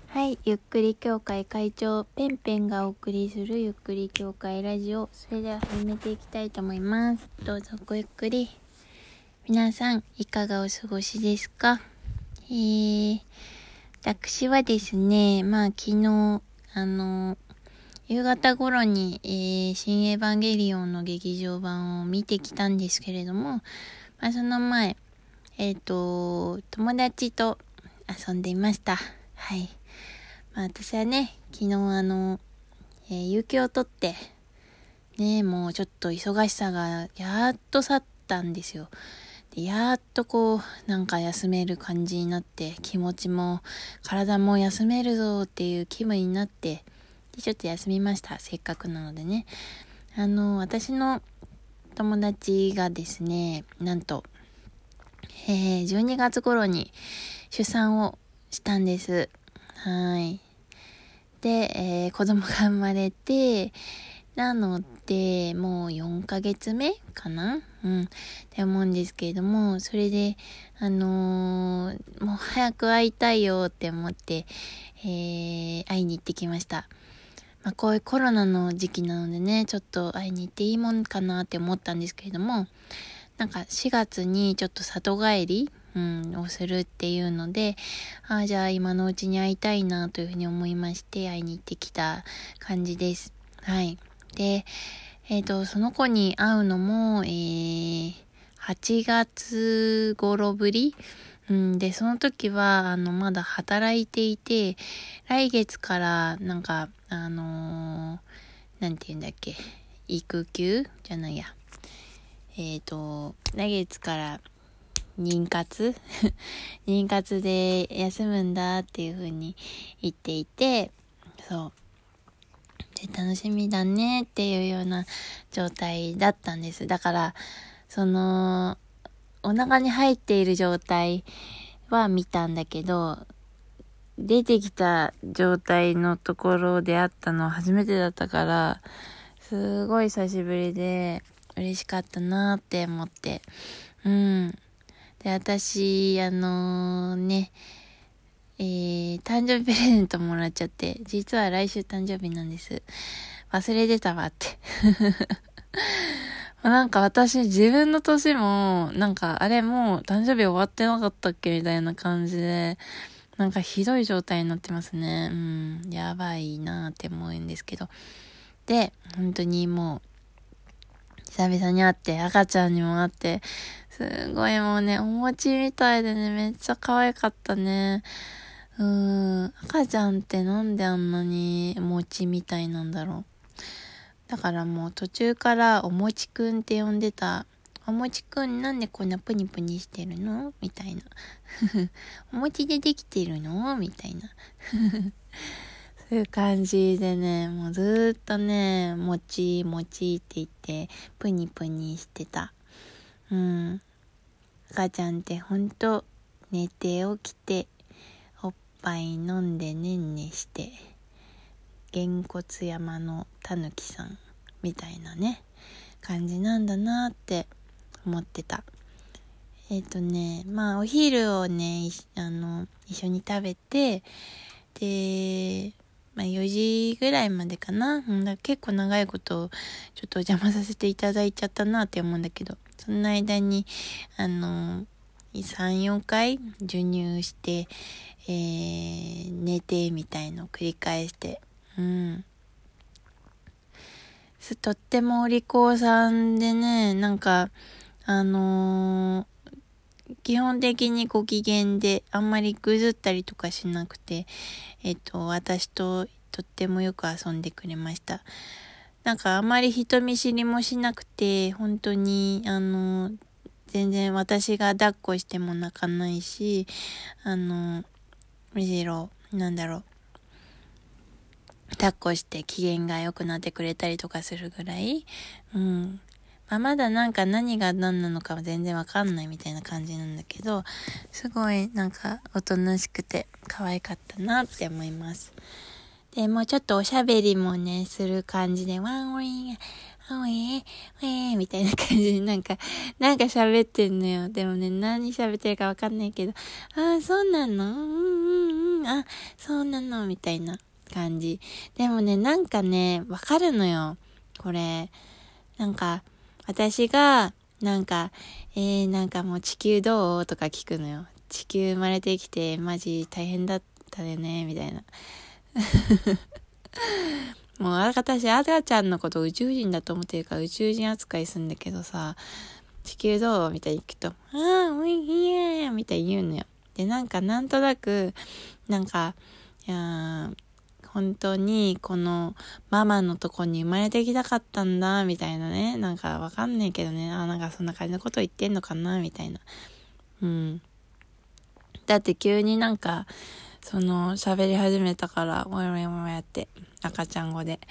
はい、ゆっくり協会会長ペンペンがお送りするゆっくり協会ラジオ。それでは始めていきたいと思います。どうぞごゆっくり。皆さんいかがお過ごしですか？私はですね、昨日夕方頃に、新エヴァンゲリオンの劇場版を見てきたんですけれども、その前友達と遊んでいました。はい。私はね、昨日有給を取って、ね、もうちょっと忙しさがやっと去ったんですよ。で、やっと休める感じになって、気持ちも体も休めるぞっていう気分になって、で、ちょっと休みました。せっかくなのでね。私の友達がですね、なんと、12月頃に出産をしたんです。はい。で、子供が生まれて、なので、もう4ヶ月目かなって思うんですけれども、それで、もう早く会いたいよって思って、会いに行ってきました。こういうコロナの時期なのでね、ちょっと会いに行っていいもんかなって思ったんですけれども、4月にちょっと里帰りをするっていうので、じゃあ今のうちに会いたいなというふうに思いまして、会いに行ってきた感じです。はい。で、その子に会うのも、8月頃ぶりで、その時は、まだ働いていて、来月から、なんて言うんだっけ、育休じゃないや。来月から妊活妊活で休むんだっていう風に言っていて、そう。で、楽しみだねっていうような状態だったんです。だから、お腹に入っている状態は見たんだけど、出てきた状態のところで会ったのは初めてだったから、すごい久しぶりで嬉しかったなって思って。で、私、誕生日プレゼントもらっちゃって、実は来週誕生日なんです。忘れてたわって。私、自分の年も、あれもう誕生日終わってなかったっけみたいな感じで、ひどい状態になってますね。やばいなって思うんですけど。で、本当にもう、久々に会って、赤ちゃんにも会って、すごいもうね、お餅みたいでね、めっちゃ可愛かったね。赤ちゃんってなんであんなに餅みたいなんだろう。だからもう途中からお餅くんって呼んでた。お餅くんなんでこんなプニプニしてるのみたいな。お餅でできてるのみたいな。そういう感じでね、もうずーっとね、もちもちって言って、プニプニしてた。赤ちゃんってほんと、寝て起きて、おっぱい飲んでねんねして、げんこつ山のたぬきさんみたいなね、感じなんだなって思ってた。お昼をね、一緒に食べて、で、4時ぐらいまでかな。結構長いことをちょっとお邪魔させていただいちゃったなって思うんだけど、その間に、3、4回授乳して、寝てみたいのを繰り返して、とってもお利口さんでね、基本的にご機嫌で、あんまりぐずったりとかしなくて、私ととってもよく遊んでくれました。あまり人見知りもしなくて、本当に、全然私が抱っこしても泣かないし、むしろ、抱っこして機嫌が良くなってくれたりとかするぐらい、まだ何が何なのかは全然わかんないみたいな感じなんだけど、すごいおとなしくて可愛かったなって思います。で、もうちょっとおしゃべりもね、する感じで、ワンウィー、ワンウィー、みたいな感じに喋ってんのよ。でもね、何喋ってるかわかんないけど、そうなのあ、そうなの、みたいな感じ。でもね、なんかね、わかるのよ。これ。なんか、私が、なんかもう地球どうとか聞くのよ。地球生まれてきてマジ大変だったよね、みたいな。もう私、赤ちゃんのこと宇宙人だと思ってるから宇宙人扱いするんだけどさ、地球どうみたいに聞くと、ああ、おいしいやみたいに言うのよ。で、なんとなく、いや本当にこのママのとこに生まれてきたかったんだ、みたいなね。わかんないけどね。そんな感じのこと言ってんのかな、みたいな。うん。だって急に喋り始めたから、もやもやもやって、赤ちゃん語で。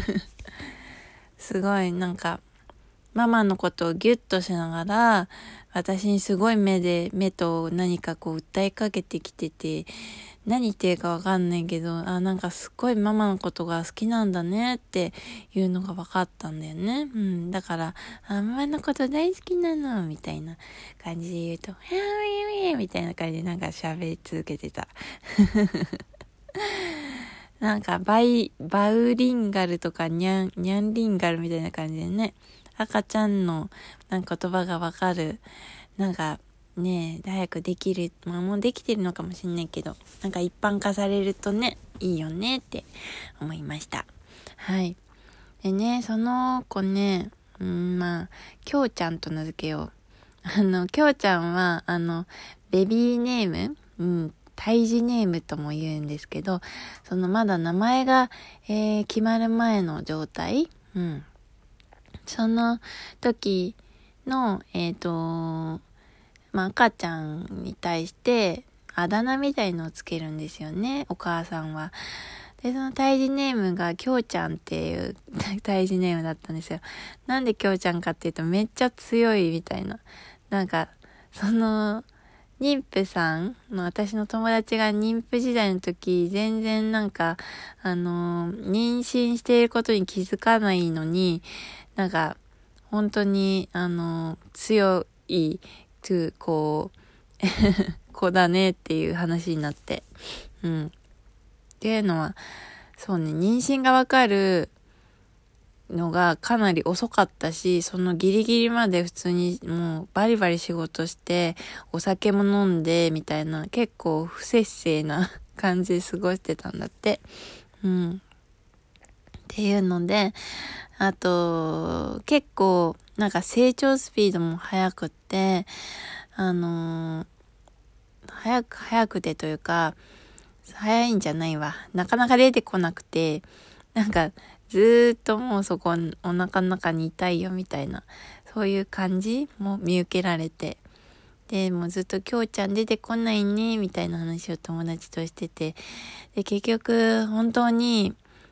すごいママのことをギュッとしながら、私にすごい目と何かこう訴えかけてきてて、何言ってるかわかんないけど、すっごいママのことが好きなんだねっていうのが分かったんだよね。うん。だから、ママのこと大好きなのみたいな感じで言うと、みたいな感じで喋り続けてた。バウリンガルとかニャンリンガルみたいな感じでね、赤ちゃんの言葉がわかる、早くできる、もうできてるのかもしれないけど、一般化されるとね、いいよねって思いました。はい。でね、その子ね、きょうちゃんと名付けよう。きょうちゃんは、ベビーネーム胎児ネームとも言うんですけど、まだ名前が、決まる前の状態、その時の、赤ちゃんに対して、あだ名みたいのをつけるんですよね、お母さんは。で、その胎児ネームがきょうちゃんっていう胎児ネームだったんですよ。なんできょうちゃんかっていうとめっちゃ強いみたいな。妊婦さんの私の友達が妊婦時代の時、全然妊娠していることに気づかないのに、本当に、強い、子だねっていう話になって。うん。っていうのは、そうね、妊娠がわかるのがかなり遅かったし、そのギリギリまで普通にもうバリバリ仕事して、お酒も飲んで、みたいな、結構不摂生な感じで過ごしてたんだって。うん。っていうので、あと、結構、成長スピードも速くって、早くてというか、早いんじゃないわ。なかなか出てこなくて、ずーっともうそこお腹の中にいたいよみたいな、そういう感じも見受けられて。で、もうずっときょうちゃん出てこないね、みたいな話を友達としてて。で、結局、本当に、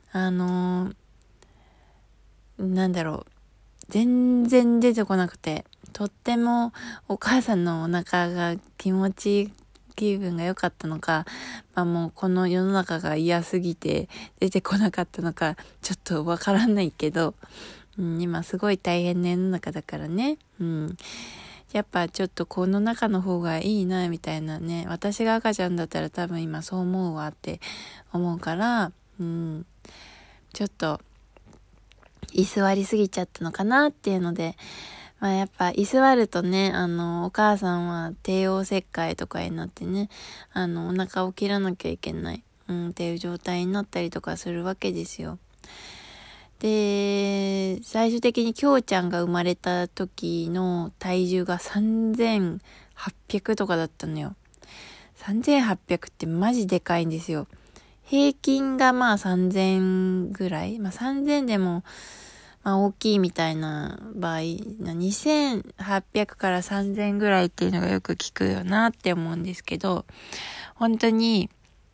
全然出てこなくて、とってもお母さんのお腹が気分が良かったのか、もうこの世の中が嫌すぎて出てこなかったのか、ちょっとわからないけど、今すごい大変な世の中だからね。やっぱちょっとこの中の方がいいな、みたいなね。私が赤ちゃんだったら多分今そう思うわって思うから、ちょっと居座りすぎちゃったのかなっていうので、やっぱ居座るとね、お母さんは帝王切開とかになってね、お腹を切らなきゃいけない、っていう状態になったりとかするわけですよ。で、最終的にきょうちゃんが生まれた時の体重が3800とかだったのよ。3800ってマジでかいんですよ。平均が3000ぐらい。3000でも、大きいみたいな場合、2800から3000ぐらいっていうのがよく聞くよなって思うんですけど、本当に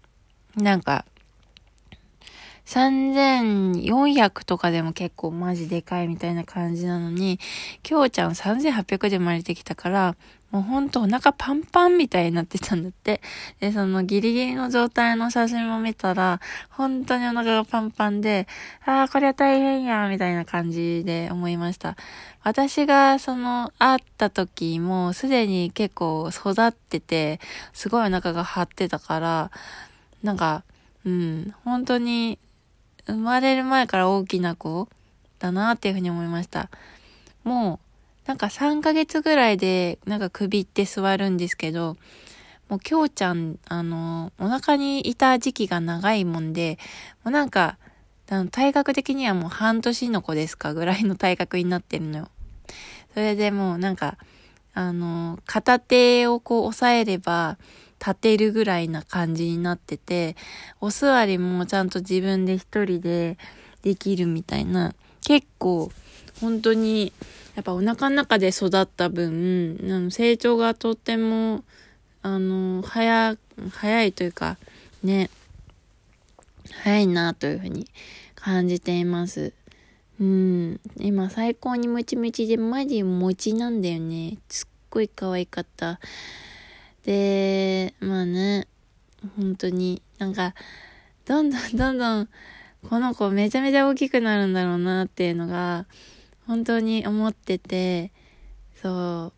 3400とかでも結構マジでかいみたいな感じなのに、きょうちゃん3800で生まれてきたから、もうほんとお腹パンパンみたいになってたんだって。で、そのギリギリの状態の写真も見たら、本当にお腹がパンパンで、これは大変や、みたいな感じで思いました。私が会った時もすでに結構育ってて、すごいお腹が張ってたから、 なんか、本当に生まれる前から大きな子だなっていうふうに思いました。もう、なんか3ヶ月ぐらいで、なんか首って座るんですけど、もうきょうちゃん、お腹にいた時期が長いもんで、もうなんか、体格的にはもう半年の子ですかぐらいの体格になってるのよ。それでもうなんか、片手をこう押さえれば立てるぐらいな感じになってて、お座りもちゃんと自分で一人でできるみたいな、結構本当にやっぱお腹の中で育った分、成長がとっても早いというかね、早いなというふうに感じています。今最高にムチムチでマジ餅なんだよね。すっごい可愛かった。で、まあね、本当になんか、どんどん、この子めちゃめちゃ大きくなるんだろうなっていうのが、本当に思ってて、そう、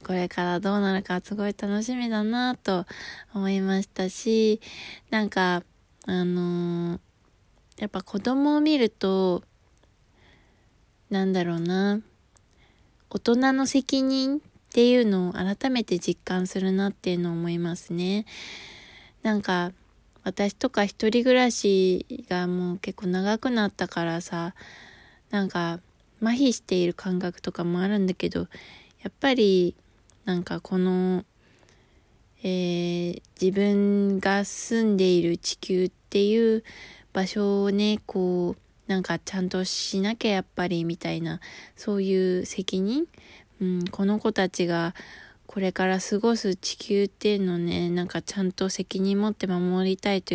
これからどうなるかすごい楽しみだなと思いましたし、なんか、やっぱ子供を見ると、なんだろうな、大人の責任っていうのを改めて実感するなっていうのを思いますね。なんか、私とか一人暮らしがもう結構長くなったからさ、なんか、麻痺している感覚とかもあるんだけど、やっぱり、なんかこの、自分が住んでいる地球っていう場所をね、こう、なんかちゃんとしなきゃやっぱりみたいな、そういう責任、この子たちがこれから過ごす地球っていうのをね、なんかちゃんと責任持って守りたいという